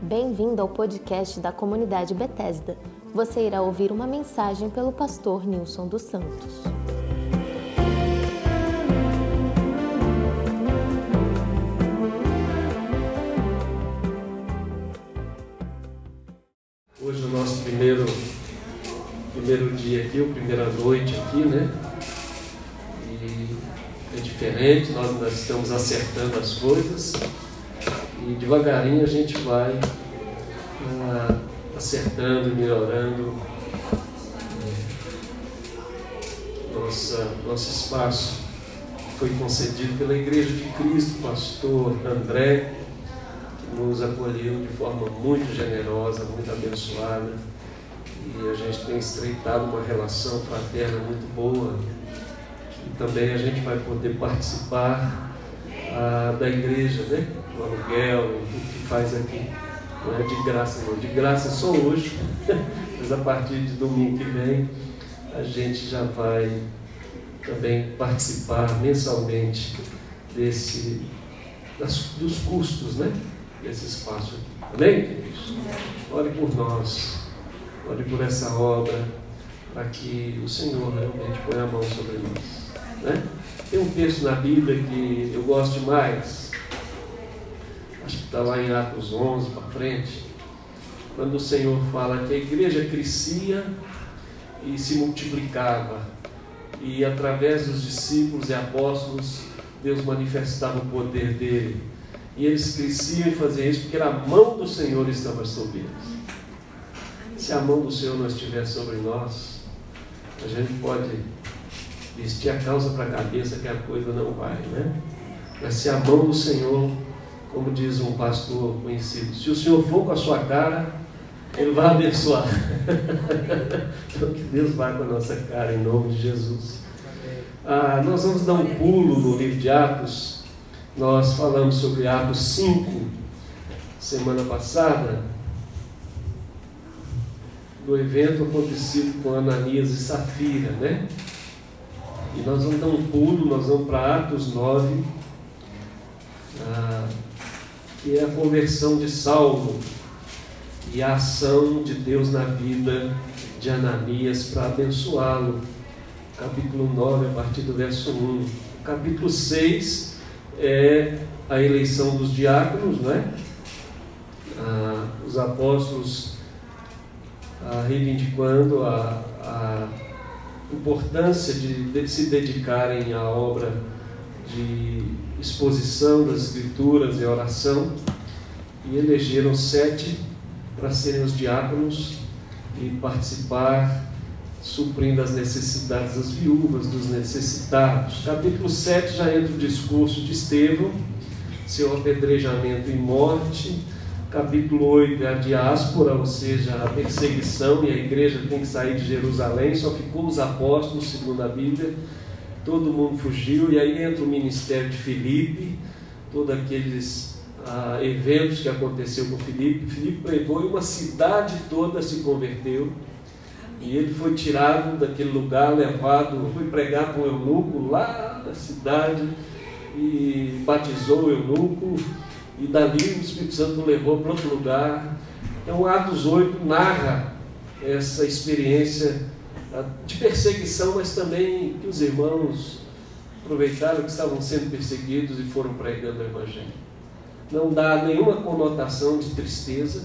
Bem-vindo ao podcast da Comunidade Bethesda. Você irá ouvir uma mensagem pelo pastor Nilson dos Santos. Hoje é o nosso primeiro dia aqui, a primeira noite aqui, né? E é diferente, nós ainda estamos acertando as coisas e devagarinho a gente vai acertando e melhorando nosso espaço que foi concedido pela Igreja de Cristo, pastor André, que nos acolheu de forma muito generosa, muito abençoada, e a gente tem estreitado uma relação fraterna muito boa, e também a gente vai poder participar da igreja, né? Do aluguel, do que faz aqui. Não é de graça não, de graça só hoje, mas a partir de domingo que vem a gente já vai também participar mensalmente dos custos, né? Desse espaço aqui. Amém, queridos? Ore por nós, ore por essa obra, para que o Senhor realmente ponha a mão sobre nós, né? Tem um texto na Bíblia que eu gosto demais, acho que está lá em Atos 11 para frente, quando o Senhor fala que a igreja crescia e se multiplicava, e através dos discípulos e apóstolos Deus manifestava o poder dele, e eles cresciam e faziam isso porque a mão do Senhor estava sobre eles. Se a mão do Senhor não estiver sobre nós, a gente pode vestir a calça para a cabeça que a coisa não vai, né? Mas se a mão do Senhor, como diz um pastor conhecido, se o Senhor for com a sua cara, Ele vai abençoar. Então que Deus vai com a nossa cara em nome de Jesus. Nós vamos dar um pulo no livro de Atos. Nós falamos sobre Atos 5 semana passada, do evento acontecido com Ananias e Safira, né? E nós vamos dar um pulo, nós vamos para Atos 9, que é a conversão de Saulo e a ação de Deus na vida de Ananias para abençoá-lo. Capítulo 9, a partir do verso 1. Capítulo 6 é a eleição dos diáconos, não é? Os apóstolos reivindicando a importância de se dedicarem à obra de exposição das Escrituras e oração, e elegeram 7 para serem os diáconos e participar, suprindo as necessidades das viúvas, dos necessitados. Capítulo 7 já entra o discurso de Estevão, seu apedrejamento e morte. Capítulo 8 é a diáspora, ou seja, a perseguição, e a igreja tem que sair de Jerusalém, só ficou os apóstolos, segundo a Bíblia, todo mundo fugiu, e aí entra o ministério de Filipe, todos aqueles eventos que aconteceu com Filipe. Filipe pregou e uma cidade toda se converteu, e ele foi tirado daquele lugar, levado, foi pregar com o eunuco lá na cidade, e batizou o eunuco, e dali o Espírito Santo o levou para outro lugar. Então Atos 8 narra essa experiência de perseguição, mas também que os irmãos aproveitaram que estavam sendo perseguidos e foram pregando o Evangelho. Não dá nenhuma conotação de tristeza,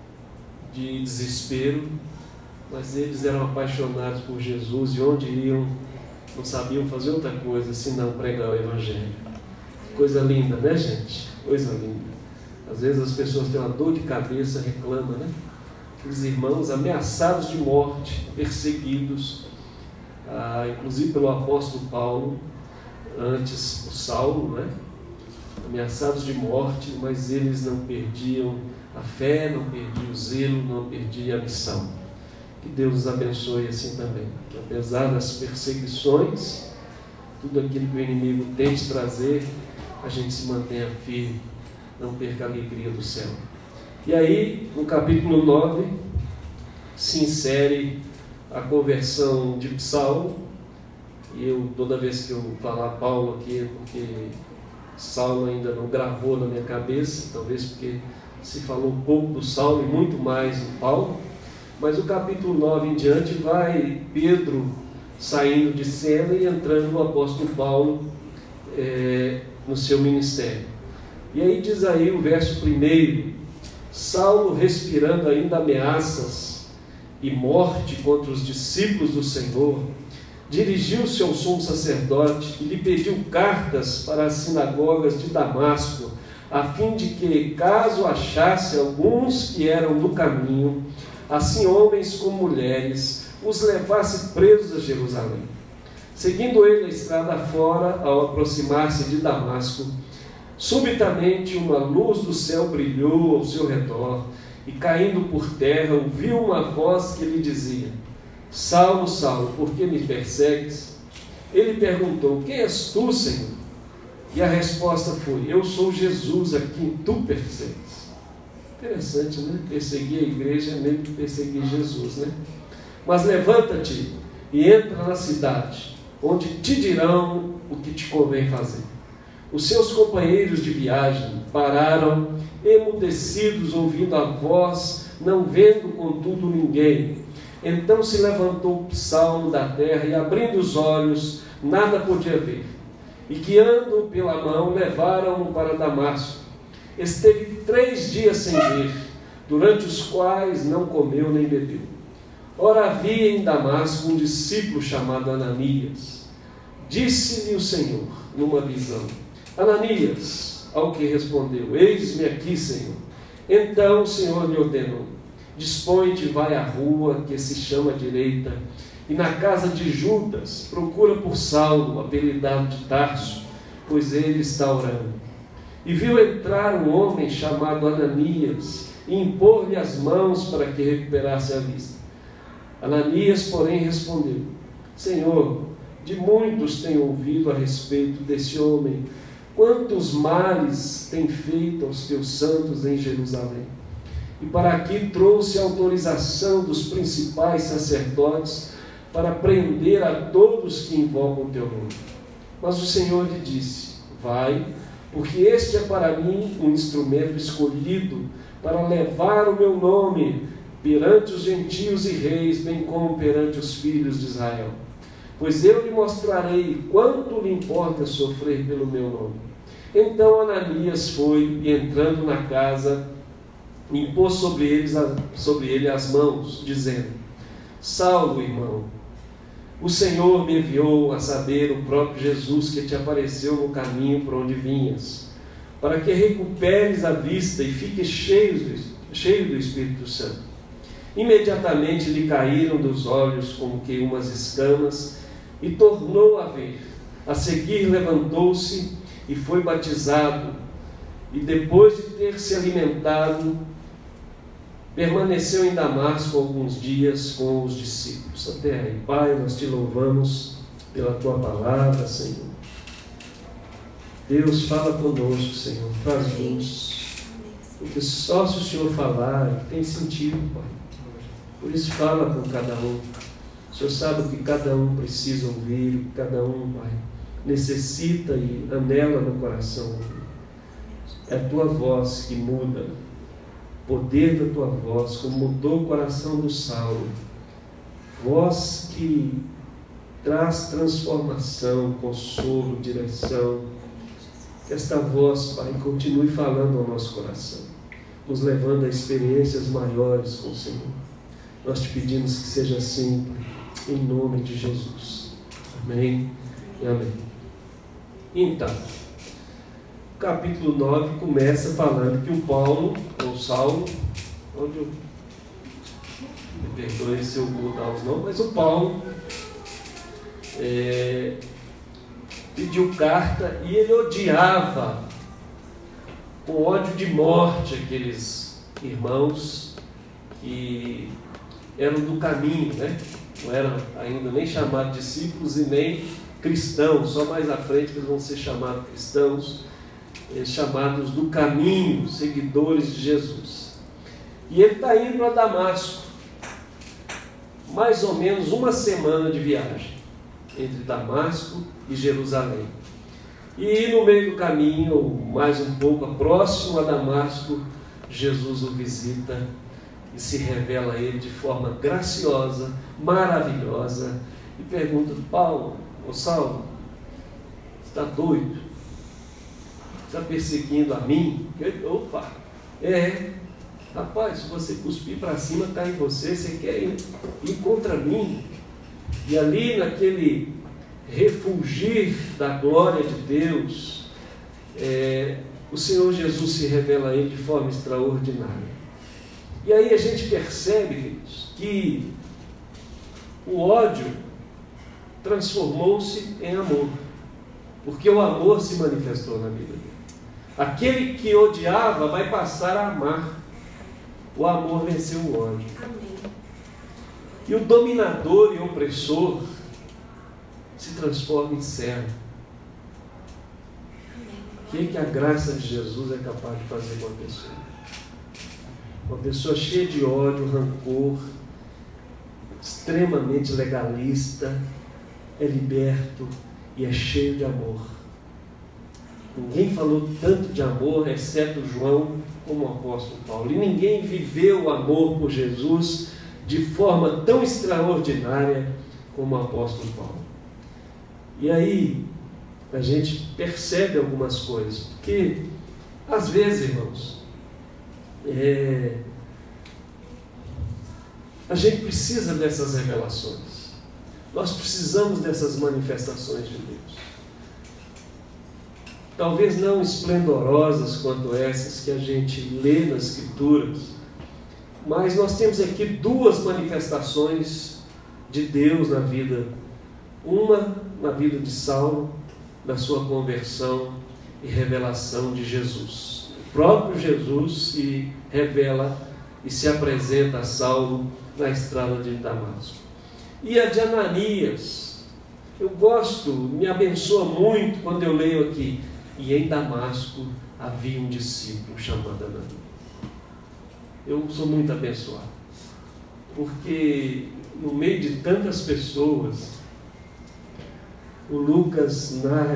de desespero, mas eles eram apaixonados por Jesus, e onde iam não sabiam fazer outra coisa senão pregar o Evangelho. Coisa linda, né, gente? Coisa linda. Às vezes as pessoas têm uma dor de cabeça, reclamam, né? Aqueles irmãos ameaçados de morte, perseguidos, inclusive pelo apóstolo Paulo, antes o Saulo, né? Ameaçados de morte, mas eles não perdiam a fé, não perdiam o zelo, não perdiam a missão. Que Deus nos abençoe assim também. Que apesar das perseguições, tudo aquilo que o inimigo tente trazer, a gente se mantenha firme, não perca a alegria do céu. E aí, no capítulo 9, se insere a conversão de Saulo, e eu, toda vez que eu falar Paulo aqui, porque Saulo ainda não gravou na minha cabeça, talvez porque se falou um pouco do Saulo e muito mais do Paulo, mas o capítulo 9 em diante vai Pedro saindo de cena e entrando o apóstolo Paulo no seu ministério. E aí diz aí o verso 1: Saulo, respirando ainda ameaças e morte contra os discípulos do Senhor, dirigiu-se ao sumo sacerdote e lhe pediu cartas para as sinagogas de Damasco, a fim de que, caso achasse alguns que eram no caminho, assim homens como mulheres, os levasse presos a Jerusalém. Seguindo ele a estrada fora, ao aproximar-se de Damasco, subitamente uma luz do céu brilhou ao seu redor, e caindo por terra, ouviu uma voz que lhe dizia: Saulo, Saulo, por que me persegues? Ele perguntou: quem és tu, Senhor? E a resposta foi: eu sou Jesus, a quem tu persegues. Interessante, né? Perseguir a igreja é meio que perseguir Jesus, né? Mas levanta-te e entra na cidade, onde te dirão o que te convém fazer. Os seus companheiros de viagem pararam, emudecidos, ouvindo a voz, não vendo, contudo, ninguém. Então se levantou Saulo da terra e, abrindo os olhos, nada podia ver. E, guiando-o pela mão, levaram-o para Damasco. Esteve 3 dias sem ver, durante os quais não comeu nem bebeu. Ora, havia em Damasco um discípulo chamado Ananias. Disse-lhe o Senhor, numa visão: Ananias, ao que respondeu: eis-me aqui, Senhor. Então o Senhor lhe ordenou: dispõe-te, vai à rua que se chama Direita, e na casa de Judas procura por Saulo, apelidado de Tarso, pois ele está orando. E viu entrar um homem chamado Ananias e impor-lhe as mãos para que recuperasse a vista. Ananias, porém, respondeu: Senhor, de muitos tenho ouvido a respeito desse homem, quantos males tem feito aos teus santos em Jerusalém. E para aqui trouxe a autorização dos principais sacerdotes para prender a todos que invocam o teu nome. Mas o Senhor lhe disse: vai, porque este é para mim um instrumento escolhido para levar o meu nome perante os gentios e reis, bem como perante os filhos de Israel. Pois eu lhe mostrarei quanto lhe importa sofrer pelo meu nome. Então Ananias foi e, entrando na casa, impôs sobre ele as mãos, dizendo: Saulo, irmão, o Senhor me enviou, a saber, o próprio Jesus, que te apareceu no caminho por onde vinhas, para que recuperes a vista e fiques cheio do Espírito Santo. Imediatamente lhe caíram dos olhos como que umas escamas, e tornou a ver. A seguir levantou-se e foi batizado, e depois de ter se alimentado, permaneceu em Damasco alguns dias com os discípulos. Até aí. Pai, nós te louvamos pela tua palavra, Senhor. Deus, fala conosco, Senhor, faz luz, porque só se o Senhor falar tem sentido, Pai. Por isso fala com cada um. O Senhor sabe o que cada um precisa ouvir, o que cada um, Pai, necessita e anela no coração. É a tua voz que muda, o poder da tua voz, como mudou o coração do Saulo, voz que traz transformação, consolo, direção. Que esta voz, Pai, continue falando ao nosso coração, nos levando a experiências maiores com o Senhor. Nós te pedimos que seja assim, Pai, em nome de Jesus. Amém e amém. Então, o capítulo 9 começa falando que o Saulo, onde eu me perdoe se eu mudar os nomes, mas o Paulo pediu carta e ele odiava com ódio de morte aqueles irmãos que eram do caminho, né? Não eram ainda nem chamados discípulos e nem cristãos, só mais à frente que eles vão ser chamados cristãos, chamados do caminho, seguidores de Jesus. E ele está indo para Damasco, mais ou menos uma semana de viagem entre Damasco e Jerusalém. E no meio do caminho, ou mais um pouco próximo a Damasco, Jesus o visita e se revela a ele de forma graciosa, maravilhosa, e pergunta: Paulo, ou Saulo, está doido? Está perseguindo a mim? Opa, rapaz, se você cuspir para cima, está em você, você quer ir contra mim? E ali naquele refulgir da glória de Deus, o Senhor Jesus se revela a ele de forma extraordinária. E aí a gente percebe, queridos, que o ódio transformou-se em amor, porque o amor se manifestou na vida dele. Aquele que odiava vai passar a amar. O amor venceu o ódio. Amém. E o dominador e opressor se transforma em servo. O que a graça de Jesus é capaz de fazer com a pessoa? Uma pessoa cheia de ódio, rancor, extremamente legalista, é liberto e é cheio de amor. Ninguém falou tanto de amor, exceto João, como o apóstolo Paulo. E ninguém viveu o amor por Jesus de forma tão extraordinária como o apóstolo Paulo. E aí, a gente percebe algumas coisas, porque, às vezes, irmãos, a gente precisa dessas revelações. Nós precisamos dessas manifestações de Deus. Talvez não esplendorosas quanto essas que a gente lê nas Escrituras, mas nós temos aqui duas manifestações de Deus na vida. Uma na vida de Saulo, da sua conversão e revelação de Jesus. O próprio Jesus se revela e se apresenta a Saulo na estrada de Damasco. E a de Ananias, eu gosto, me abençoa muito quando eu leio aqui: e em Damasco havia um discípulo chamado Ananias. Eu sou muito abençoado, porque no meio de tantas pessoas, o Lucas narra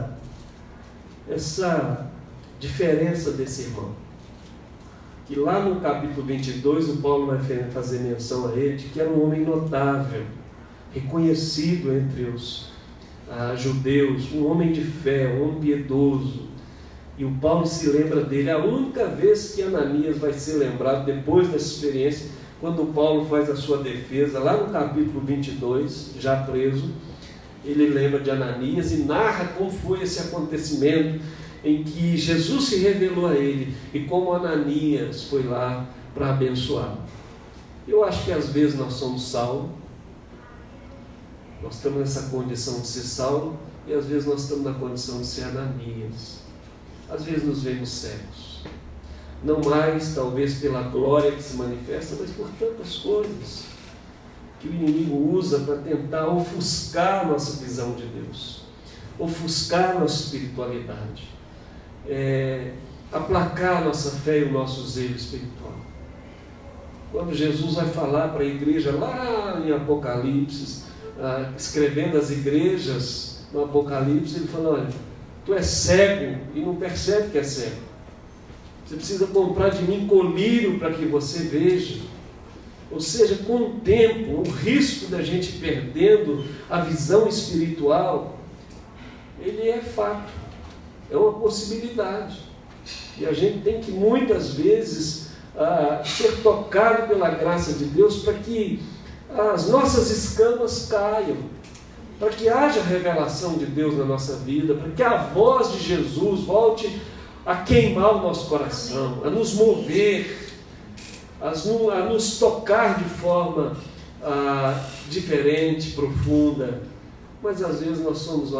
essa diferença desse irmão. Que lá no capítulo 22, o Paulo vai fazer menção a ele, de que era um homem notável, reconhecido entre os judeus, um homem de fé, um homem piedoso. E o Paulo se lembra dele. A única vez que Ananias vai ser lembrado depois dessa experiência, quando o Paulo faz a sua defesa, lá no capítulo 22, já preso, ele lembra de Ananias e narra como foi esse acontecimento em que Jesus se revelou a ele e como Ananias foi lá para abençoá-lo. Eu acho que às vezes nós somos Saulo, nós estamos nessa condição de ser Saulo, e às vezes nós estamos na condição de ser Ananias. Às vezes nos vemos cegos, não mais talvez pela glória que se manifesta, mas por tantas coisas que o inimigo usa para tentar ofuscar a nossa visão de Deus, ofuscar a nossa espiritualidade, aplacar a nossa fé e o nosso zelo espiritual. Quando Jesus vai falar para a igreja lá em Apocalipse, escrevendo as igrejas no Apocalipse, ele fala: olha, tu és cego e não percebe que é cego. Você precisa comprar de mim colírio para que você veja. Ou seja, com o tempo, o risco da gente perdendo a visão espiritual, ele é fato, é uma possibilidade. E a gente tem que muitas vezes ser tocado pela graça de Deus para que as nossas escamas caiam, para que haja revelação de Deus na nossa vida, para que a voz de Jesus volte a queimar o nosso coração, a nos mover, a nos tocar de forma diferente, profunda. Mas às vezes nós somos o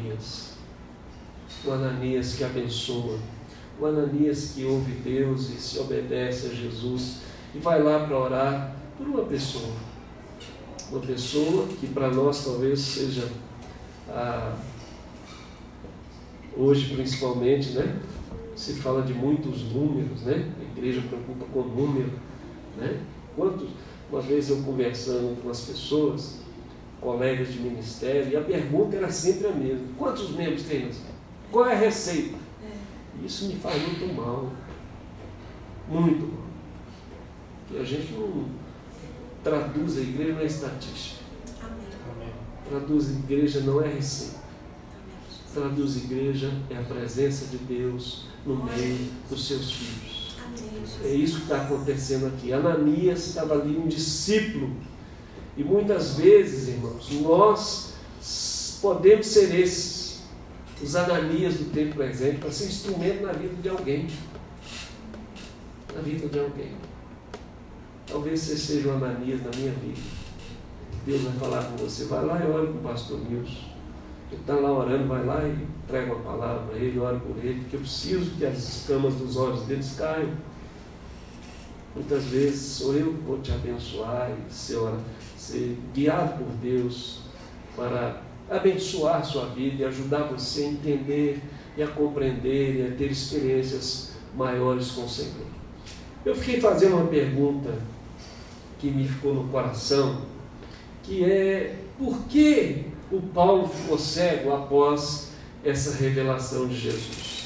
Ananias que abençoa, o Ananias que ouve Deus e se obedece a Jesus e vai lá para orar por uma pessoa que para nós talvez seja hoje principalmente, né? Se fala de muitos números, né? A igreja preocupa com o número, né? Uma vez eu conversando com as pessoas, colegas de ministério, e a pergunta era sempre a mesma: quantos membros tem? Qual é a receita? Isso me faz muito mal. muito bom. Que a gente não traduz a igreja não é estatística. Amém. Traduz a igreja não é receita. Traduz a igreja é a presença de Deus no meio dos seus filhos. É isso que está acontecendo aqui. Ananias estava ali, um discípulo. E muitas vezes, irmãos, nós podemos ser esses, os Ananias do tempo presente, para ser instrumento na vida de alguém. Na vida de alguém. Talvez você seja o Ananias na minha vida. Deus vai falar com você, vai lá e ore com o pastor Nilson. Ele está lá orando, vai lá e entrega uma palavra para ele, ore por ele, porque eu preciso que as escamas dos olhos deles caiam. Muitas vezes sou eu que vou te abençoar e ser guiado por Deus para abençoar a sua vida e ajudar você a entender e a compreender e a ter experiências maiores com o Senhor. Eu fiquei fazendo uma pergunta que me ficou no coração, que é: por que o Paulo ficou cego após essa revelação de Jesus?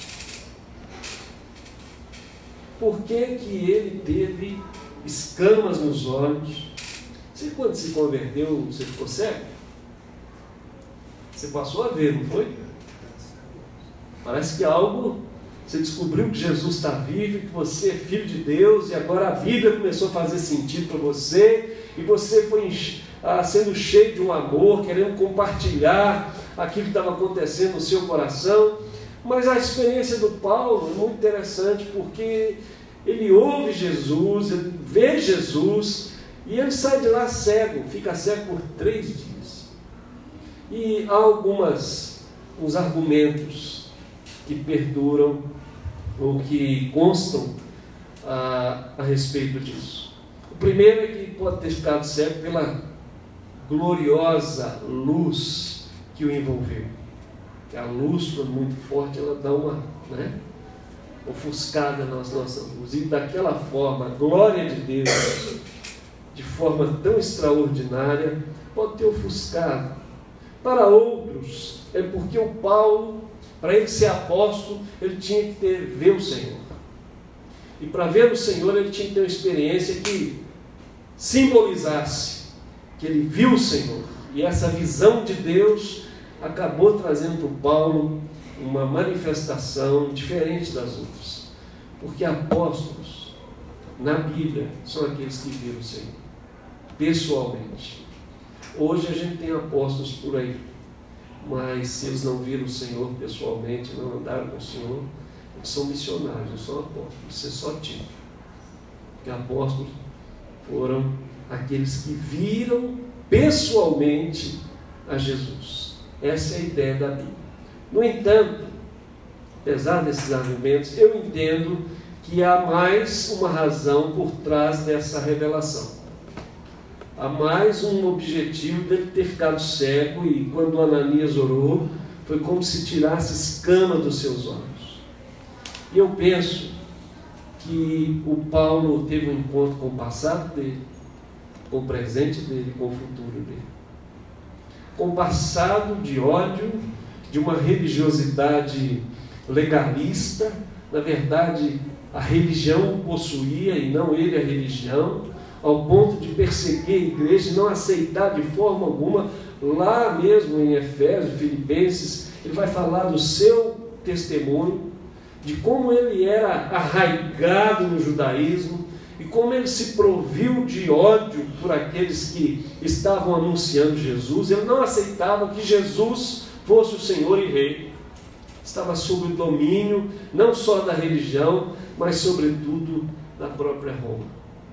Por que ele teve escamas nos olhos? Você, quando se converteu, você ficou cego? Você passou a ver, não foi? Parece que você descobriu que Jesus está vivo, que você é filho de Deus, e agora a vida começou a fazer sentido para você, e você foi sendo cheio de um amor, querendo compartilhar aquilo que estava acontecendo no seu coração. Mas a experiência do Paulo é muito interessante, porque ele ouve Jesus, ele vê Jesus, e ele sai de lá cego, fica cego por 3 dias. E há uns argumentos que perduram, ou que constam a respeito disso. O primeiro é que pode ter ficado cego pela gloriosa luz que o envolveu. A luz, quando muito forte, ela dá uma ofuscada nas nossas luzes. E daquela forma, a glória de Deus, de forma tão extraordinária, pode ter ofuscado. Para outros, é porque o Paulo, para ele ser apóstolo, ele tinha que ver o Senhor. E para ver o Senhor, ele tinha que ter uma experiência que simbolizasse que ele viu o Senhor. E essa visão de Deus acabou trazendo para o Paulo uma manifestação diferente das outras. Porque apóstolos, na Bíblia, são aqueles que viram o Senhor, pessoalmente. Hoje a gente tem apóstolos por aí, mas se eles não viram o Senhor pessoalmente, não andaram com o Senhor, eles são missionários, não são apóstolos. Isso é só tipo. Porque apóstolos foram aqueles que viram pessoalmente a Jesus. Essa é a ideia da Bíblia. No entanto, apesar desses argumentos, eu entendo que há mais uma razão por trás dessa revelação. Há mais um objetivo dele ter ficado cego, e quando Ananias orou, foi como se tirasse escama dos seus olhos. E eu penso que o Paulo teve um encontro com o passado dele, com o presente dele, com o futuro dele. Com o passado de ódio, de uma religiosidade legalista. Na verdade, a religião o possuía e não ele a religião, ao ponto de perseguir a igreja e não aceitar de forma alguma. Lá mesmo em Efésios, Filipenses, ele vai falar do seu testemunho, de como ele era arraigado no judaísmo e como ele se proviu de ódio por aqueles que estavam anunciando Jesus. Ele não aceitava que Jesus fosse o Senhor e Rei. Estava sob o domínio não só da religião, mas sobretudo da própria Roma.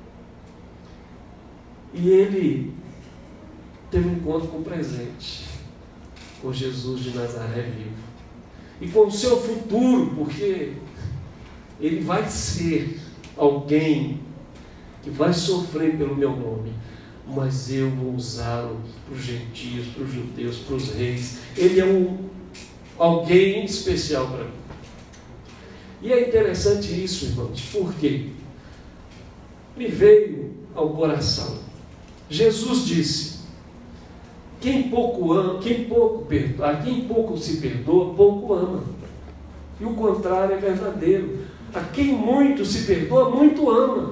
E ele teve um encontro com o presente, com Jesus de Nazaré vivo, e com o seu futuro, porque ele vai ser alguém que vai sofrer pelo meu nome, mas eu vou usá-lo para os gentios, para os judeus, para os reis. Ele é alguém especial para mim. E é interessante isso, irmãos, porque me veio ao coração. Jesus disse: quem pouco se perdoa, pouco ama. E o contrário é verdadeiro. a quem muito se perdoa, muito ama.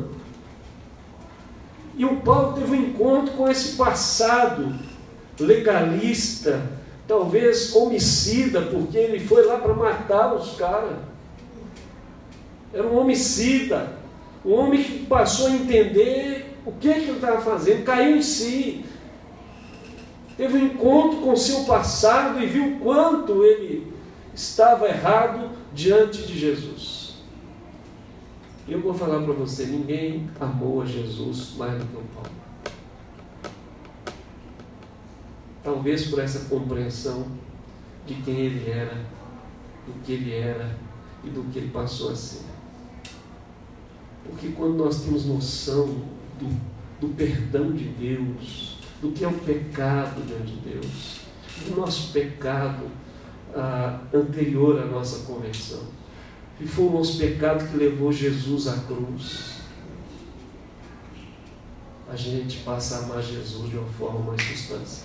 E o Paulo teve um encontro com esse passado legalista, talvez homicida, porque ele foi lá para matar os caras. Era um homicida, um homem que passou a entender o que ele estava fazendo, caiu em si, teve um encontro com o seu passado e viu o quanto ele estava errado diante de Jesus. E eu vou falar para você, ninguém amou a Jesus mais do que o Paulo. Talvez por essa compreensão de quem ele era, do que ele era e do que ele passou a ser. Porque quando nós temos noção do perdão de Deus, do que é o pecado diante de Deus, do nosso pecado anterior à nossa conversão, e foi o nosso pecado que levou Jesus à cruz, a gente passa a amar Jesus de uma forma mais substancial.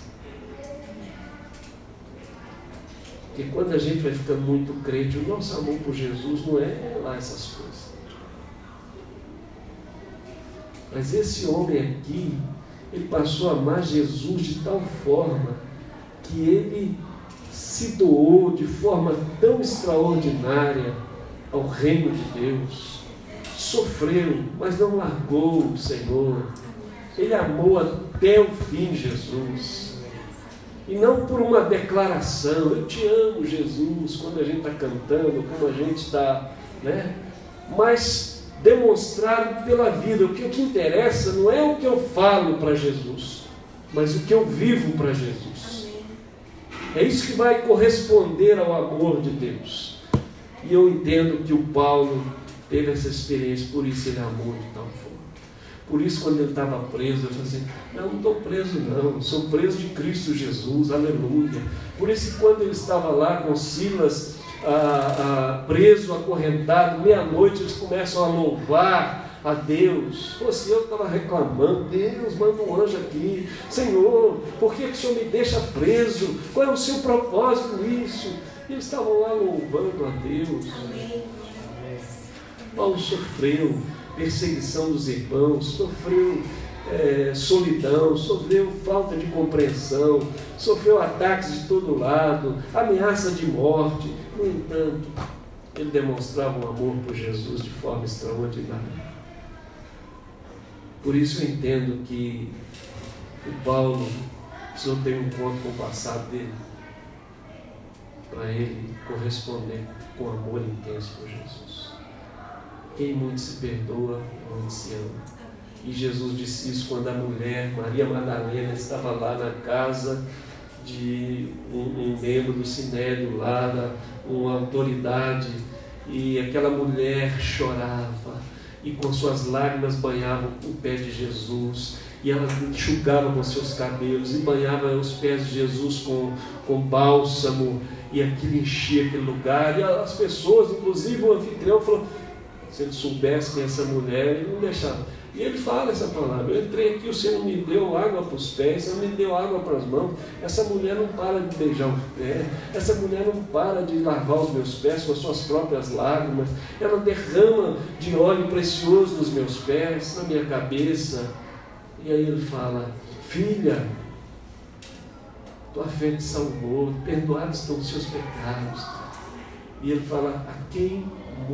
Porque quando a gente vai ficando muito crente, o nosso amor por Jesus não é lá essas coisas. Mas esse homem aqui, ele passou a amar Jesus de tal forma que ele se doou de forma tão extraordinária ao reino de Deus, sofreu, mas não largou o Senhor. Ele amou até o fim Jesus. E não por uma declaração, eu te amo, Jesus, quando a gente está cantando, quando a gente está, mas demonstrado pela vida. O que interessa não é o que eu falo para Jesus, mas o que eu vivo para Jesus. É isso que vai corresponder ao amor de Deus. E eu entendo que o Paulo teve essa experiência, por isso ele amou de tal forma. Por isso, quando ele estava preso, eu falei assim, não estou preso não, sou preso de Cristo Jesus, aleluia. Por isso, quando ele estava lá com Silas, preso, acorrentado, meia-noite, eles começam a louvar a Deus. Se fosse eu estava reclamando, Deus, manda um anjo aqui, Senhor, por que o Senhor me deixa preso? Qual é o seu propósito nisso? E eles estavam lá louvando a Deus. Amém. Paulo sofreu perseguição dos irmãos, sofreu solidão, sofreu falta de compreensão, sofreu ataques de todo lado, ameaça de morte. No entanto, ele demonstrava um amor por Jesus de forma extraordinária. Por isso eu entendo que o Paulo precisou ter um encontro com o passado dele, para ele corresponder com amor intenso por Jesus. Quem muito se perdoa, muito se ama. E Jesus disse isso quando a mulher, Maria Madalena, estava lá na casa de um membro do Sinédrio, lá, uma autoridade, e aquela mulher chorava, e com suas lágrimas banhava o pé de Jesus, e ela enxugava com seus cabelos, e banhava os pés de Jesus com bálsamo, e aquilo enchia aquele lugar, e as pessoas, inclusive o anfitrião, falou, se ele soubesse quem é essa mulher, ele não deixava. E ele fala essa palavra, eu entrei aqui, o Senhor não me deu água para os pés, o Senhor me deu água para as mãos, essa mulher não para de beijar o pé, essa mulher não para de lavar os meus pés com as suas próprias lágrimas, ela derrama de óleo precioso nos meus pés, na minha cabeça. E aí ele fala, filha, tua fé te salvou, perdoados estão os seus pecados. E ele fala, a quem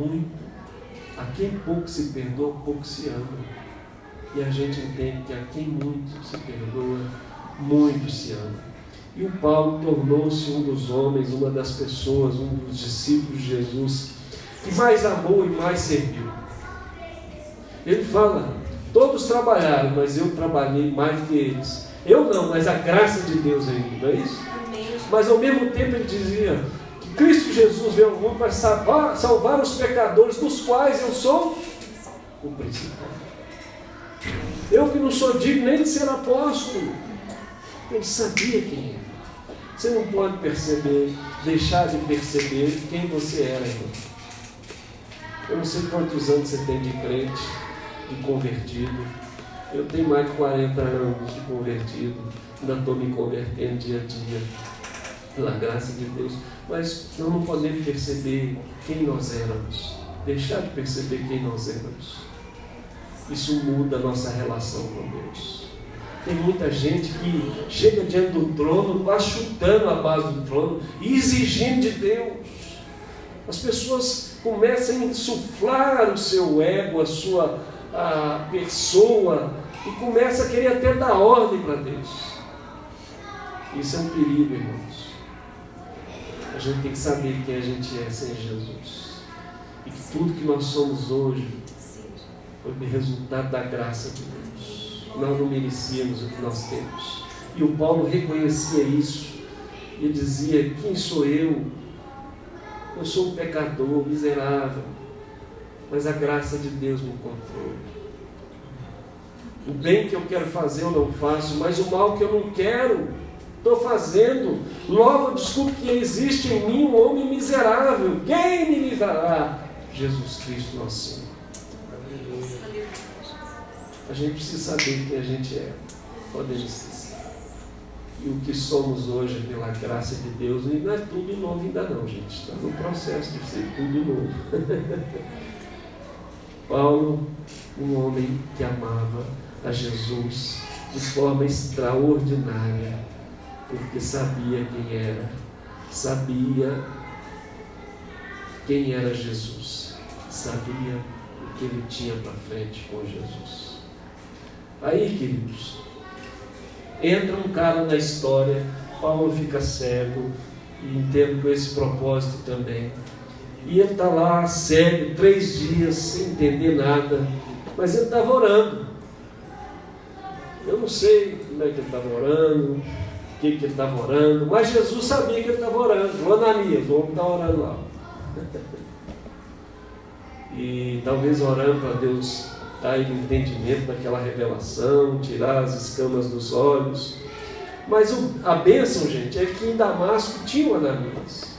pouco se perdoa, pouco se ama. E a gente entende que a quem muito se perdoa, muito se ama. E o Paulo tornou-se um dos homens, uma das pessoas, um dos discípulos de Jesus, que mais amou e mais serviu. Ele fala, todos trabalharam, mas eu trabalhei mais que eles. Eu não, mas a graça de Deus em mim, não é isso? Amém. Mas ao mesmo tempo ele dizia que Cristo Jesus veio ao mundo para salvar os pecadores, dos quais eu sou o principal. Eu que não sou digno nem de ser apóstolo. Ele sabia quem era. Você não pode deixar de perceber quem você era, irmão. Eu não sei quantos anos você tem de crente, de convertido. Eu tenho mais de 40 anos de convertido. Ainda estou me convertendo dia a dia, pela graça de Deus. Mas nós não podemos perceber quem nós éramos deixar de perceber quem nós éramos. Isso muda a nossa relação com Deus. Tem muita gente que chega diante do trono, vai chutando a base do trono e exigindo de Deus. As pessoas começam a insuflar o seu ego, a sua pessoa, e começam a querer até dar ordem para Deus. Isso é um perigo, irmãos. A gente tem que saber quem a gente é sem Jesus. E que tudo que nós somos hoje foi resultado da graça de Deus. Nós não merecíamos o que nós temos. E o Paulo reconhecia isso. E dizia: quem sou eu? Eu sou um pecador, miserável. Mas a graça de Deus me encontrou. O bem que eu quero fazer eu não faço, mas o mal que eu não quero, estou fazendo. Logo eu descubro que existe em mim um homem miserável. Quem me livrará? Jesus Cristo, nosso Senhor. A gente precisa saber quem a gente é. Podemos esquecer. E o que somos hoje pela graça de Deus, e não é tudo novo ainda não, gente. Está no processo de ser tudo novo. Paulo, um homem que amava a Jesus de forma extraordinária, porque sabia quem era, sabia quem era Jesus, sabia o que ele tinha para frente com Jesus. Aí, queridos, entra um cara na história, Paulo fica cego, e entendo com esse propósito também. E ele está lá cego, 3 dias, sem entender nada, mas ele estava orando. Eu não sei como é que ele estava orando, o que ele estava orando, mas Jesus sabia que ele estava orando. Falou: Ananias, o homem está orando lá. E talvez orando para Deus dar ele entendimento daquela revelação, tirar as escamas dos olhos. Mas a bênção, gente, é que em Damasco tinha o Ananias.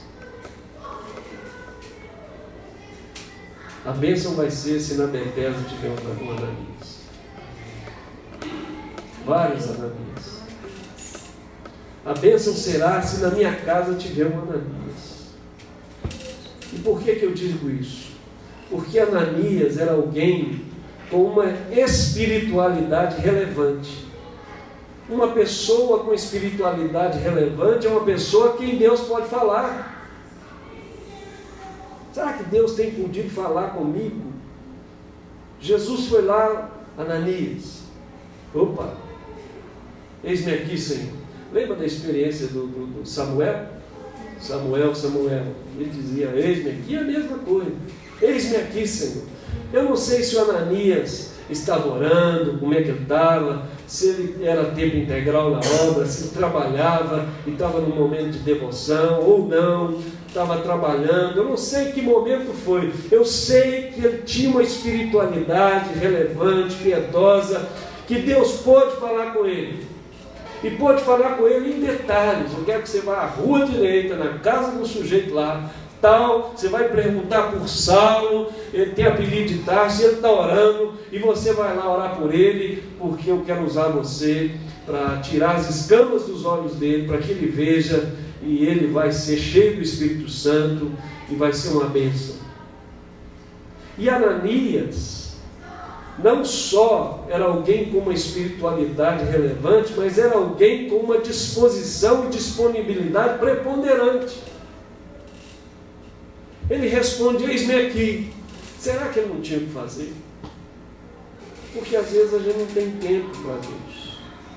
A bênção vai ser se na Betesda tiver um Ananias. Vários Ananias. A bênção será se na minha casa tiver um Ananias. E por que eu digo isso? Porque Ananias era alguém com uma espiritualidade relevante. Uma pessoa com espiritualidade relevante é uma pessoa a quem Deus pode falar. Será que Deus tem podido falar comigo? Jesus foi lá, Ananias. Opa, eis-me aqui, Senhor. Lembra da experiência do Samuel? Samuel. Ele dizia: eis-me aqui, é a mesma coisa. Eis-me aqui, Senhor. Eu não sei se o Ananias estava orando, como é que ele estava, se ele era tempo integral na obra, se ele trabalhava e estava num momento de devoção ou não, estava trabalhando. Eu não sei que momento foi. Eu sei que ele tinha uma espiritualidade relevante, piedosa, que Deus pôde falar com ele. E pôde falar com ele em detalhes. Eu quero que você vá à rua direita, na casa do sujeito lá, tal, você vai perguntar por Saulo, ele tem apelido de Tarso, ele está orando, e você vai lá orar por ele, porque eu quero usar você para tirar as escamas dos olhos dele, para que ele veja, e ele vai ser cheio do Espírito Santo, e vai ser uma bênção. E Ananias não só era alguém com uma espiritualidade relevante, mas era alguém com uma disposição e disponibilidade preponderante. Ele responde: eis-me aqui. Será que ele não tinha o que fazer? Porque às vezes a gente não tem tempo para Deus.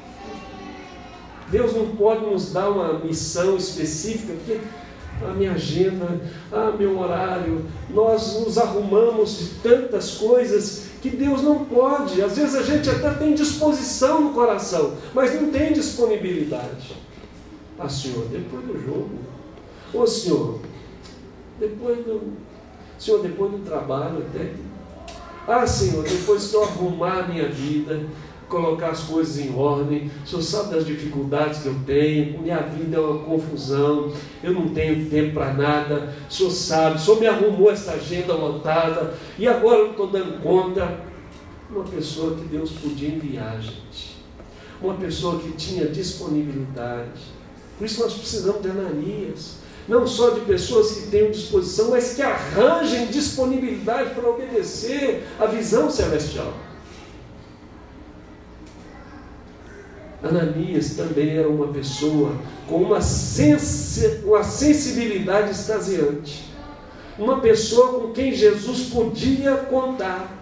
Deus não pode nos dar uma missão específica, porque a minha agenda, meu horário, nós nos arrumamos de tantas coisas que Deus não pode. Às vezes a gente até tem disposição no coração, mas não tem disponibilidade. Senhor, depois do jogo. Senhor, depois do trabalho até. Senhor, depois que eu arrumar a minha vida, colocar as coisas em ordem, o Senhor sabe das dificuldades que eu tenho, minha vida é uma confusão, eu não tenho tempo para nada, o Senhor sabe, o Senhor me arrumou essa agenda lotada, e agora eu estou dando conta. Uma pessoa que Deus podia enviar, gente, uma pessoa que tinha disponibilidade. Por isso nós precisamos de Ananias. não só de pessoas que tenham disposição, mas que arranjem disponibilidade para obedecer à visão celestial. Ananias também era uma pessoa com uma sensibilidade extasiante. Uma pessoa com quem Jesus podia contar.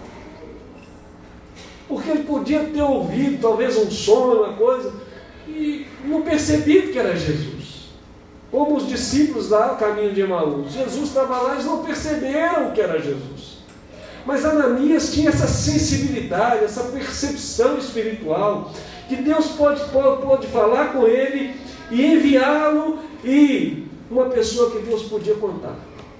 Porque ele podia ter ouvido talvez um som, uma coisa, e não percebido que era Jesus. Como os discípulos lá no caminho de Emaús. Jesus estava lá e eles não perceberam que era Jesus. Mas Ananias tinha essa sensibilidade, essa percepção espiritual, que Deus pode falar com ele e enviá-lo, e uma pessoa que Deus podia contar.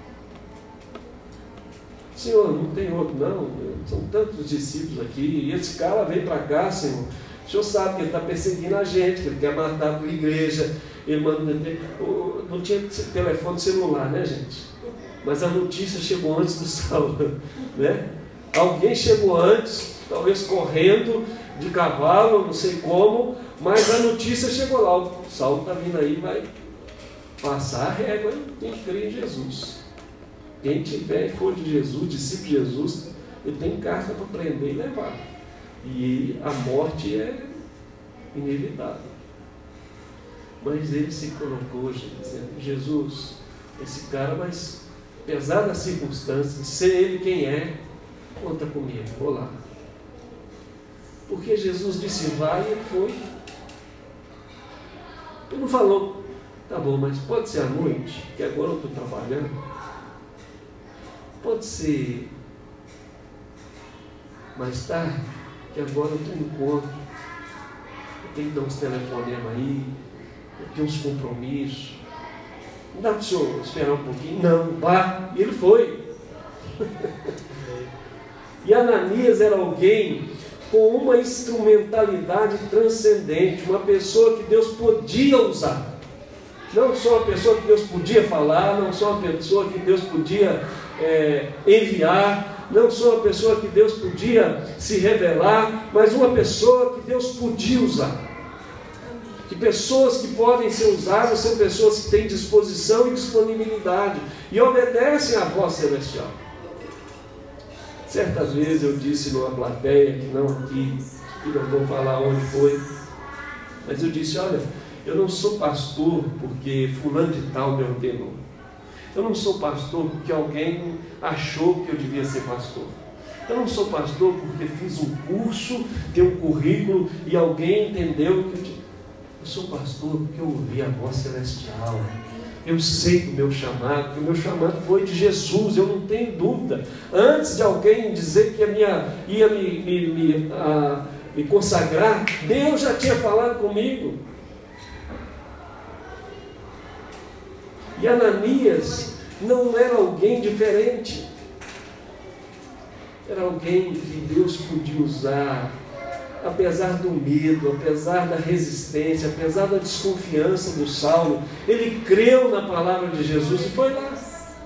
Senhor, não tem outro não, são tantos discípulos aqui, e esse cara veio para cá, Senhor. O Senhor sabe que ele está perseguindo a gente, que ele quer matar a igreja. Ele manda, não tinha telefone celular, né, gente? Mas a notícia chegou antes do Saulo, né? Alguém chegou antes, talvez correndo de cavalo, não sei como, mas a notícia chegou lá. O Saulo está vindo aí, vai passar a régua, tem que crer em Jesus. Quem tiver e for de Jesus, discípulo de Jesus, ele tem carta para prender e levar. E a morte é inevitável. Mas ele se colocou, dizendo: Jesus, esse cara, mas apesar das circunstâncias, ser ele quem é, conta comigo, vou lá. Porque Jesus disse vai, e ele foi. Ele não falou: tá bom, mas pode ser à noite, que agora eu estou trabalhando. Pode ser mais tarde, que agora eu tenho encontro, eu tenho que dar uns telefonemas aí, eu tenho uns compromissos. Não dá para o senhor esperar um pouquinho? Não, vá. E ele foi. E Ananias era alguém com uma instrumentalidade transcendente, uma pessoa que Deus podia usar. Não só uma pessoa que Deus podia falar, não só uma pessoa que Deus podia enviar, não só uma pessoa que Deus podia se revelar, mas uma pessoa que Deus podia usar. Que pessoas que podem ser usadas são pessoas que têm disposição e disponibilidade e obedecem à voz celestial. Certas vezes eu disse numa plateia, que não aqui, e não vou falar onde foi, mas eu disse: olha, eu não sou pastor porque fulano de tal me ordenou. Eu não sou pastor porque alguém achou que eu devia ser pastor. Eu não sou pastor porque fiz um curso, tenho um currículo e alguém entendeu que eu sou pastor porque eu ouvi a voz celestial. Eu sei do meu chamado, que o meu chamado foi de Jesus, eu não tenho dúvida. Antes de alguém dizer que ia me consagrar, Deus já tinha falado comigo. E Ananias não era alguém diferente. Era alguém que Deus podia usar, apesar do medo, apesar da resistência, apesar da desconfiança do Saulo. Ele creu na palavra de Jesus e foi lá.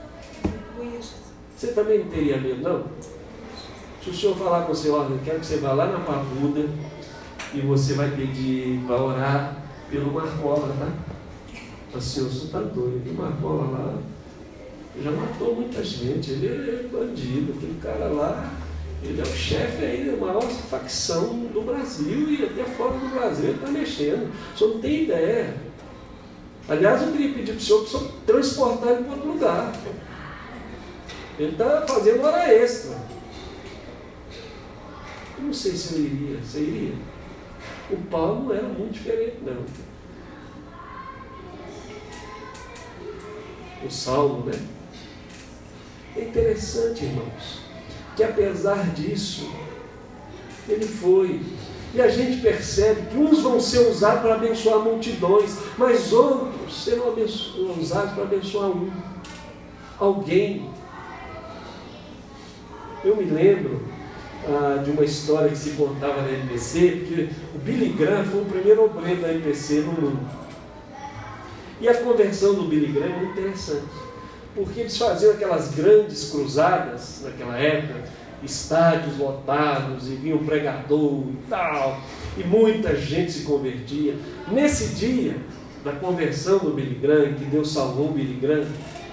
Você também não teria medo, não? Se o senhor falar com você: olha, eu quero que você vá lá na Papuda e você vai pedir para orar pelo Marcola, tá? Assim, o senhor está doido, o Marcola lá já matou muita gente, ele é bandido, aquele cara lá, ele é o chefe aí da maior facção do Brasil e até fora do Brasil ele está mexendo. O senhor não tem ideia. Aliás, eu queria pedir para o senhor transportar ele para outro lugar. Ele está fazendo hora extra. Eu não sei se eu iria. Você iria? O Paulo não era muito diferente, não. O Saulo, né? É interessante, irmãos, que apesar disso, ele foi. E a gente percebe que uns vão ser usados para abençoar multidões, mas outros serão usados para abençoar alguém. Eu me lembro de uma história que se contava na MPC, porque o Billy Graham foi o primeiro obreiro da MPC no mundo. E a conversão do Billy Graham é muito interessante, porque eles faziam aquelas grandes cruzadas naquela época, estádios lotados, e vinha o pregador e tal, e muita gente se convertia. Nesse dia, da conversão do Billy Graham, que Deus salvou o Billy Graham,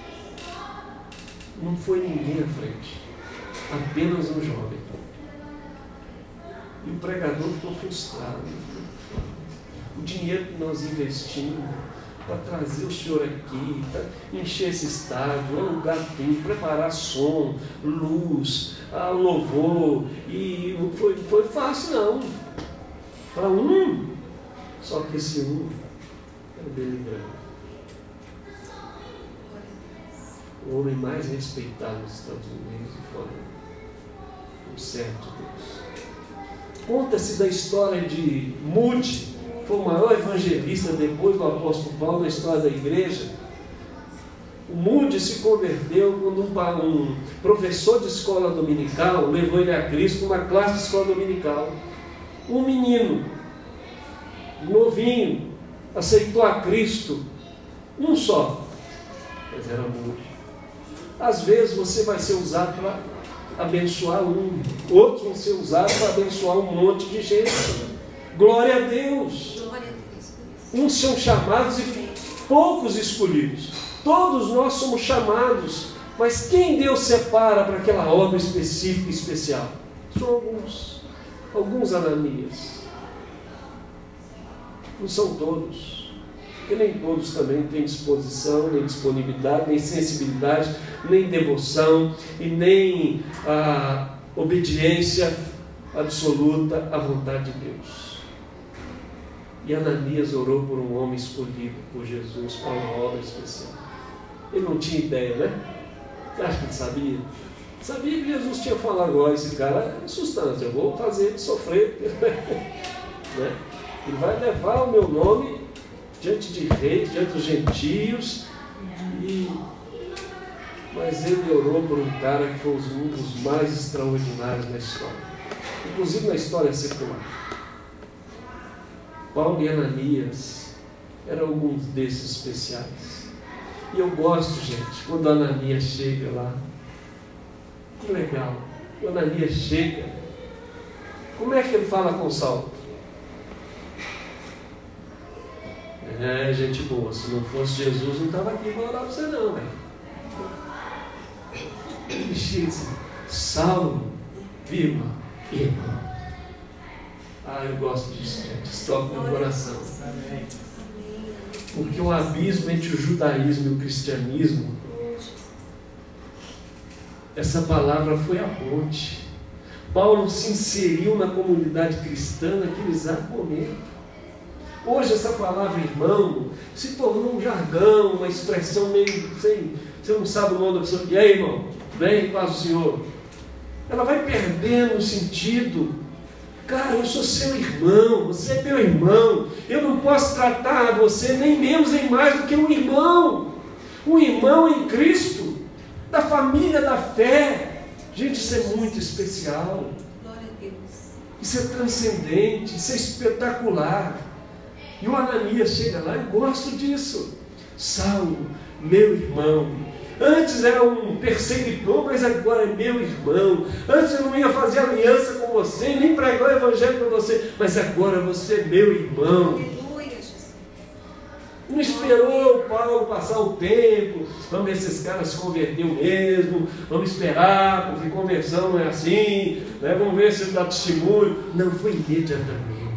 não foi ninguém à frente, apenas um jovem. E o pregador ficou frustrado. O dinheiro que nós investimos para trazer o senhor aqui, para encher esse estádio, alugar tudo, preparar som, luz, louvor, e não foi fácil não. Para um, só que esse um é o Billy Graham. O homem mais respeitado nos Estados Unidos e fora, um certo Deus. Conta-se da história de Moody, foi o maior evangelista depois do apóstolo Paulo na história da igreja. O Moody se converteu quando um professor de escola dominical levou ele a Cristo numa classe de escola dominical. Um menino, novinho, aceitou a Cristo, um só, mas era Moody. Às vezes você vai ser usado para abençoar um, outros vão ser usados para abençoar um monte de gente. Glória a Deus. Uns são chamados e poucos escolhidos. Todos nós somos chamados, mas quem Deus separa para aquela obra específica e especial? São alguns Ananias. Não são todos. Porque nem todos também têm disposição, nem disponibilidade, nem sensibilidade, nem devoção e nem obediência absoluta à vontade de Deus. E Ananias orou por um homem escolhido por Jesus para uma obra especial. Ele não tinha ideia, né? Você acha que ele sabia? Sabia que Jesus tinha falado agora, esse cara é substância, eu vou fazer ele sofrer. Né? Ele vai levar o meu nome diante de reis, diante dos gentios, mas ele orou por um cara que foi um dos mais extraordinários na história, inclusive na história secular. Paulo e Ananias eram alguns desses especiais. E eu gosto, gente, quando Ananias chega lá, que legal, quando Ananias chega, como é que ele fala com Saulo? Gente boa, se não fosse Jesus, não estava aqui para orar para você não, velho. Ele chega assim, Saulo, irmão. Eu gosto disso, gente, isso toca no meu coração. Porque o abismo entre o judaísmo e o cristianismo, essa palavra foi a ponte. Paulo se inseriu na comunidade cristã naquele exato momento. Hoje essa palavra irmão se tornou um jargão, uma expressão meio sem, você não sabe o nome da pessoa. E aí, irmão, bem, paz do Senhor. Ela vai perdendo o sentido. Cara, eu sou seu irmão, você é meu irmão. Eu não posso tratar você nem menos nem mais do que um irmão. Um irmão em Cristo, da família da fé. Gente, isso é muito especial. Isso é transcendente, isso é espetacular. E o Ananias chega lá, eu gosto disso. Saulo, meu irmão. Antes era um perseguidor, mas agora é meu irmão. Antes eu não ia fazer aliança com você, nem pregar o evangelho para você, mas agora você é meu irmão. Não esperou o Paulo passar o tempo, vamos ver se esse cara se converteu mesmo, vamos esperar, porque conversão não é assim, né? Vamos ver se ele dá testemunho. Não, foi imediatamente.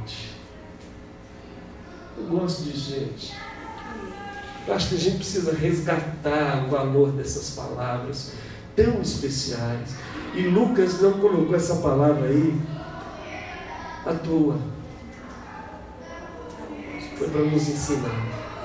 Eu gosto disso, gente. Eu acho que a gente precisa resgatar o valor dessas palavras tão especiais. E Lucas não colocou essa palavra aí à toa. Foi para nos ensinar.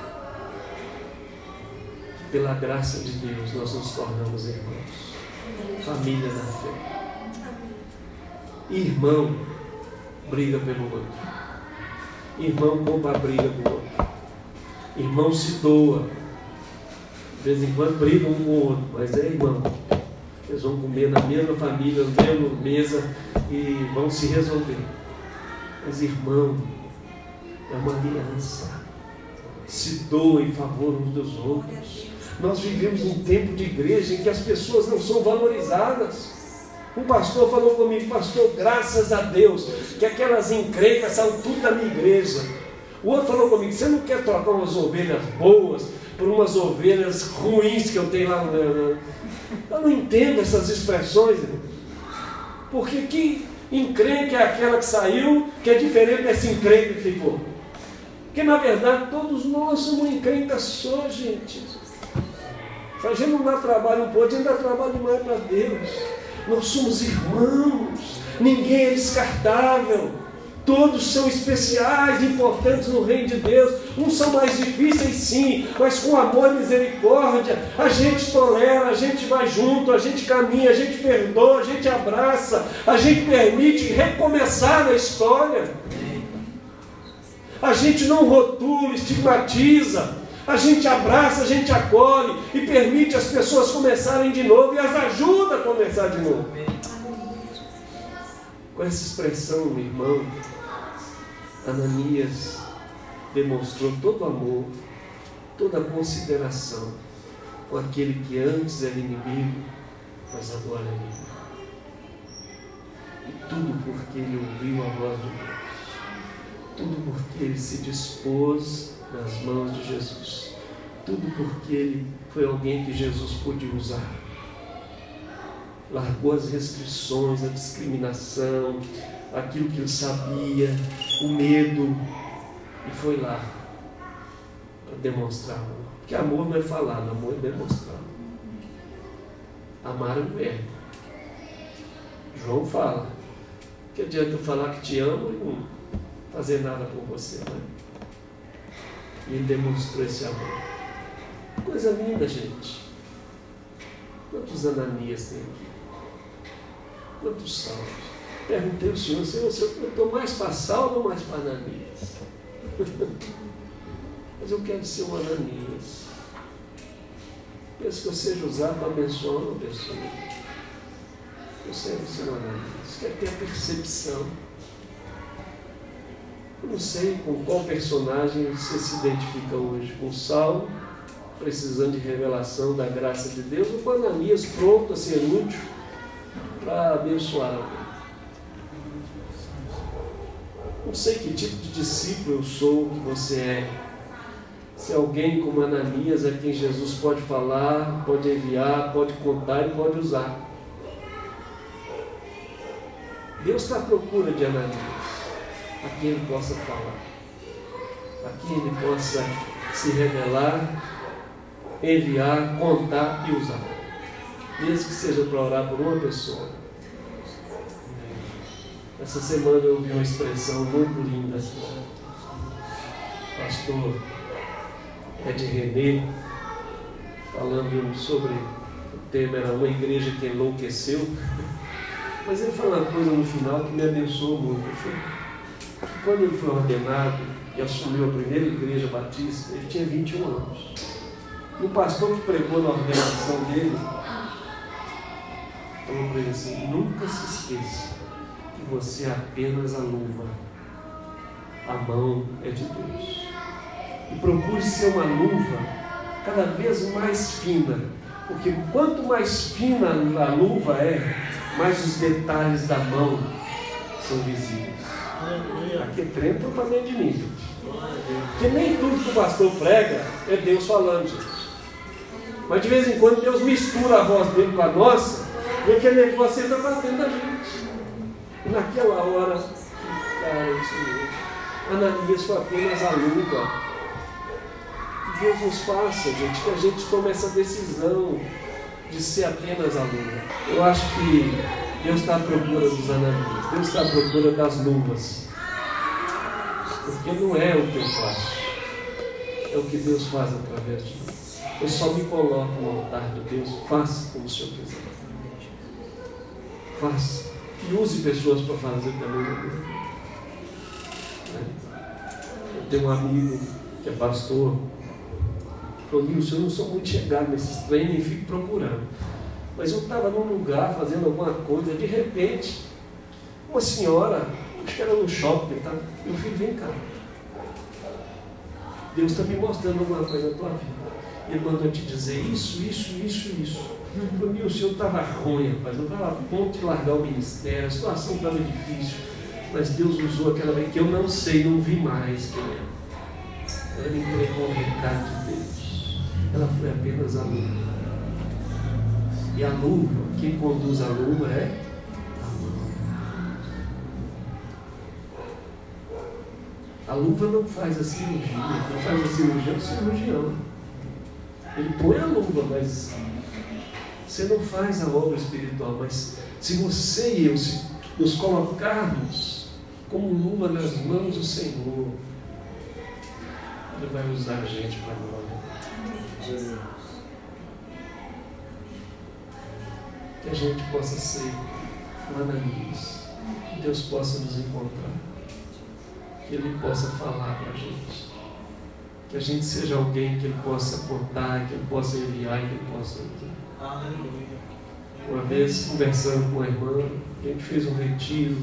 Pela graça de Deus, nós nos tornamos irmãos. Família da fé. Irmão briga pelo outro. Irmão compra a briga do outro. Irmão se doa. De vez em quando brigam um com o outro, mas é irmão. Eles vão comer na mesma família, na mesma mesa e vão se resolver. Mas irmão é uma aliança. Se doa em favor uns dos outros. Nós vivemos um tempo de igreja em que as pessoas não são valorizadas. Um pastor falou comigo, pastor, graças a Deus que aquelas encrencas são tudo da minha igreja. O outro falou comigo, você não quer trocar umas ovelhas boas por umas ovelhas ruins que eu tenho lá no... Eu não entendo essas expressões, porque que encrenca é aquela que saiu, que é diferente desse encrenca que ficou. Porque na verdade todos nós somos encrenca só, gente. Se a gente não dá trabalho um pouco, a gente dá trabalho demais para Deus. Nós somos irmãos, ninguém é descartável. Todos são especiais, importantes no reino de Deus. Uns são mais difíceis, sim, mas com amor e misericórdia, a gente tolera, a gente vai junto, a gente caminha, a gente perdoa, a gente abraça, a gente permite recomeçar a história. A gente não rotula, estigmatiza, a gente abraça, a gente acolhe e permite as pessoas começarem de novo e as ajuda a começar de novo. Com essa expressão, meu irmão, Ananias demonstrou todo o amor, toda a consideração com aquele que antes era inimigo, mas agora é amigo. E tudo porque ele ouviu a voz de Deus. Tudo porque ele se dispôs nas mãos de Jesus. Tudo porque ele foi alguém que Jesus pôde usar. Largou as restrições, a discriminação, aquilo que ele sabia, o medo, e foi lá para demonstrar amor. Porque amor não é falar, amor é demonstrar. Amar é um verbo. João fala, que adianta eu falar que te amo e não fazer nada por você, né? E ele demonstrou esse amor. Coisa linda, gente. Quantos Ananias tem aqui? Quantos Saulos? Perguntei ao Senhor, eu estou mais para Saulo ou mais para Ananias? Mas eu quero ser um Ananias. Penso que eu seja usado para abençoar uma pessoa. Eu quero ser um Ananias. Quero ter a percepção. Eu não sei com qual personagem você se identifica hoje. Com Saulo, precisando de revelação da graça de Deus, ou com Ananias pronto a ser útil para abençoar alguém. Não sei que tipo de discípulo eu sou, que você é. Se é alguém como Ananias, a quem Jesus pode falar, pode enviar, pode contar e pode usar. Deus está à procura de Ananias, a quem ele possa falar, a quem ele possa se revelar, enviar, contar e usar. Mesmo que seja para orar por uma pessoa. Essa semana eu ouvi uma expressão muito linda. Pastor Ed René, falando sobre o tema, era uma igreja que enlouqueceu. Mas ele falou uma coisa no final que me abençoou muito. Quando ele foi ordenado e assumiu a primeira igreja batista, ele tinha 21 anos. E o pastor que pregou na ordenação dele falou para ele assim: nunca se esqueça que você é apenas a luva, a mão é de Deus. E procure ser uma luva cada vez mais fina, porque quanto mais fina a luva é, mais os detalhes da mão são visíveis. Aqui é trem para fazer de mim, porque nem tudo que o pastor prega é Deus falando, gente. Mas de vez em quando Deus mistura a voz dele com a nossa, e aquele negócio entra para dentro da gente. E naquela hora, Ananias foi apenas a luva. Que Deus nos faça, gente, que a gente tome essa decisão de ser apenas a luva. Eu acho que Deus está à procura dos Ananias, Deus está à procura das luvas. Porque não é o que eu faço, é o que Deus faz através de mim. Eu só me coloco no altar de Deus. Faça como o Senhor quiser. Faça. E use pessoas para fazer também. Eu tenho um amigo que é pastor. Falou: Nilson, eu não sou muito chegado nesses treinos e fico procurando. Mas eu estava num lugar fazendo alguma coisa. De repente, uma senhora, acho que era no shopping, tá? Meu filho, vem cá. Deus está me mostrando alguma coisa na tua vida. Ele mandou te dizer isso. Para mim o senhor estava ruim, rapaz. Eu estava a ponto de largar o ministério, a situação estava difícil. Mas Deus usou aquela vez que eu não sei, não vi mais quem é. Ela entregou o recado de Deus. Ela foi apenas a luva. E a luva, quem conduz a luva é a mão. A luva não faz a cirurgia. Quem faz a cirurgia é o cirurgião. Ele põe a luva, mas você não faz a obra espiritual. Mas se você e eu nos colocarmos como luva nas mãos do Senhor, Ele vai usar a gente para a glória. Que a gente possa ser um Ananias, que Deus possa nos encontrar, que Ele possa falar para a gente, que a gente seja alguém que Ele possa contar, que Ele possa enviar e que Ele possa usar. Uma vez, conversando com uma irmã, a gente fez um retiro,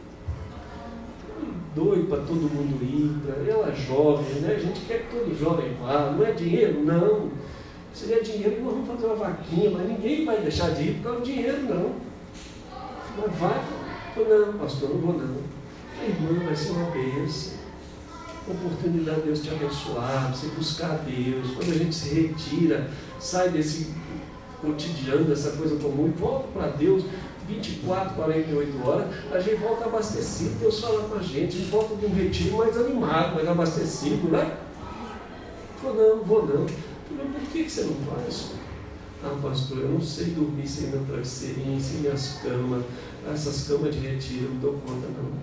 doido para todo mundo ir, ela jovem, né? A gente quer que todo jovem vá, não é dinheiro, não. Se é dinheiro, nós vamos fazer uma vaquinha, mas ninguém vai deixar de ir por causa do dinheiro, não. Mas vai, não, pastor, não vou não. A irmã vai ser uma bênção. Oportunidade de Deus te abençoar, você buscar a Deus. Quando a gente se retira, sai desse cotidiano, dessa coisa comum, e volta para Deus, 24, 48 horas, a gente volta abastecido, Deus fala com a gente volta de um retiro mais animado, mais abastecido, né? Falou, não vou não. Falei, por que você não faz? Ah, pastor, eu não sei dormir sem meu travesseirinho, sem minhas camas, essas camas de retiro, eu não dou conta não.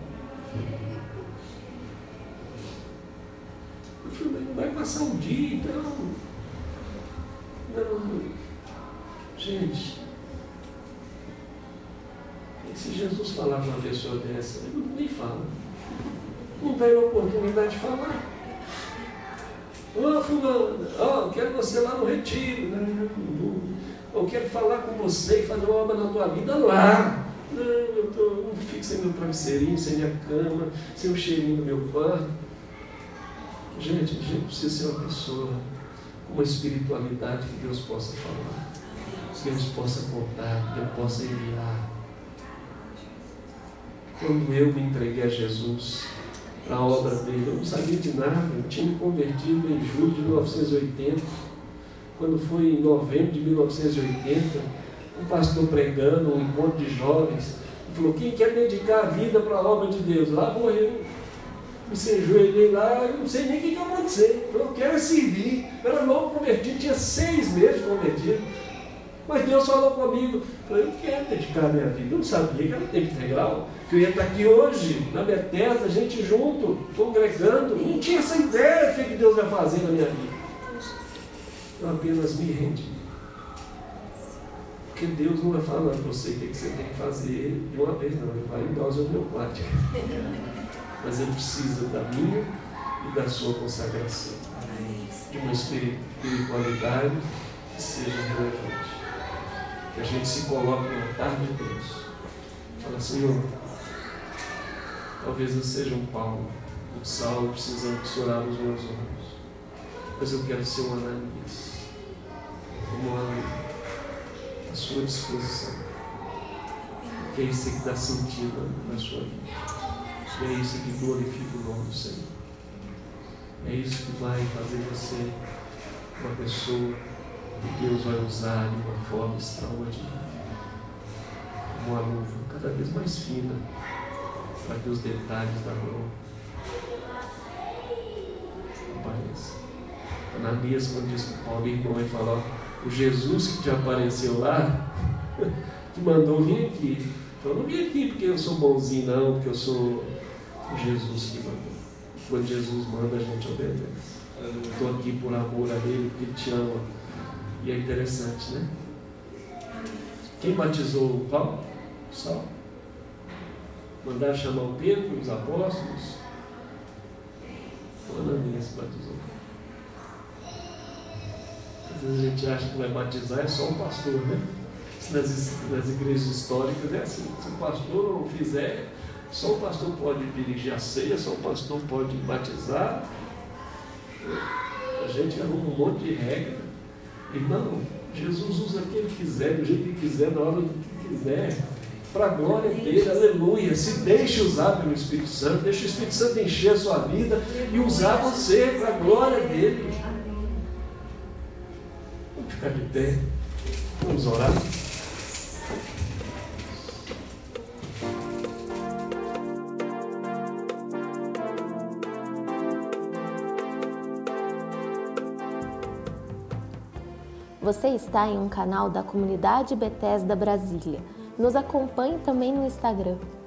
Eu falei, não vai passar um dia, então. Não. Gente, se Jesus falar para uma pessoa dessa, ele nem fala. Não tem oportunidade de falar. Ô fulano, quero você lá no retiro. Eu quero falar com você e fazer uma obra na tua vida lá. Não fico sem meu travesseirinho, sem minha cama, sem o cheirinho do meu quarto. Gente, a gente precisa ser uma pessoa com uma espiritualidade que Deus possa falar, que Deus possa contar, que Deus possa enviar. Quando eu me entreguei a Jesus, a obra dele, eu não sabia de nada, eu tinha me convertido em julho de 1980, quando foi em novembro de 1980, um pastor pregando, um encontro de jovens, e falou, quem quer dedicar a vida para a obra de Deus? Lá vou eu, me ajoelhei lá, eu não sei nem o que ia acontecer, eu quero servir, eu era novo convertido, tinha 6 meses de convertido, mas Deus falou comigo, eu quero dedicar a minha vida, eu não sabia que era tempo integral, que eu ia estar aqui hoje, na Bethesda, a gente junto, congregando, não tinha essa ideia do que Deus vai fazer na minha vida. Eu apenas me rendi. Porque Deus não vai falar para você o que você tem que fazer de uma vez, não. Ele vai em dose homeopática. Mas Ele precisa da minha e da sua consagração. De uma espiritualidade que seja relevante. Que a gente se coloque no altar de Deus. Fala, Senhor, talvez eu seja um Paulo, um Saulo, precisando que chorar nos meus olhos. Mas eu quero ser um Ananias, como a sua disposição. Que é isso que dá sentido na sua vida. E é isso que glorifica o nome do Senhor. É isso que vai fazer você uma pessoa que Deus vai usar de uma forma extraordinária. Como uma luva cada vez mais fina, para que os detalhes da glória apareçam. Ananias, quando diz que Paulo, irmão, vai falar, o Jesus que te apareceu lá, te mandou vir aqui. Eu não vim aqui porque eu sou bonzinho, não, porque eu sou o Jesus que mandou. Quando Jesus manda, a gente obedece. Eu estou aqui por amor a Ele, porque Ele te ama. E é interessante, né? Quem batizou Paulo? Saulo. Mandaram chamar o Pedro, os apóstolos. O Ananias batizou. Às vezes a gente acha que vai batizar é só um pastor, né? Nas igrejas históricas é assim, se o pastor não fizer, só o pastor pode dirigir a ceia, só o pastor pode batizar. A gente arruma um monte de regra. Irmão, Jesus usa quem Ele quiser, do jeito que quiser, na hora que quiser. para a glória dele, aleluia. Se deixe usar pelo Espírito Santo, deixe o Espírito Santo encher a sua vida e usar você para a glória dele. Vamos ficar de pé, vamos orar. Você está em um canal da Comunidade Bethesda Brasília. Nos acompanhe também no Instagram.